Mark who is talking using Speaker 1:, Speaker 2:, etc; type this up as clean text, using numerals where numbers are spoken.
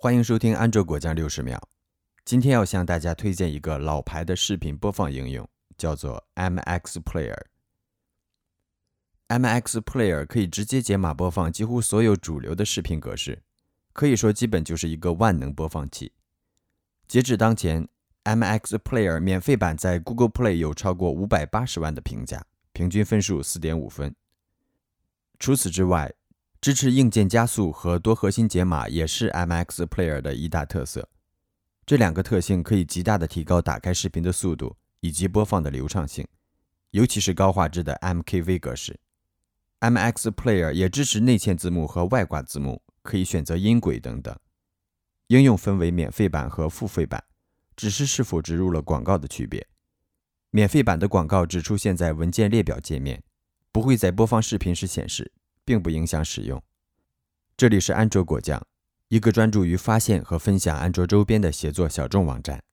Speaker 1: 欢迎收听安卓果酱60秒。今天要向大家推荐一个老牌的视频播放应用，叫做 MX Player。MX Player 可以直接解码播放几乎所有主流的视频格式，可以说基本就是一个万能播放器。截止当前， MX Player 免费版在 Google Play 有超过580万的评价，平均分数 4.5 分。除此之外，支持硬件加速和多核心解码也是 MX Player 的一大特色。这两个特性可以极大地提高打开视频的速度以及播放的流畅性，尤其是高画质的 MKV 格式。MX Player 也支持内嵌字幕和外挂字幕，可以选择音轨等等。应用分为免费版和付费版，只是是否植入了广告的区别。免费版的广告只出现在文件列表界面，不会在播放视频时显示，并不影响使用。这里是安卓果酱，一个专注于发现和分享安卓周边的协作小众网站。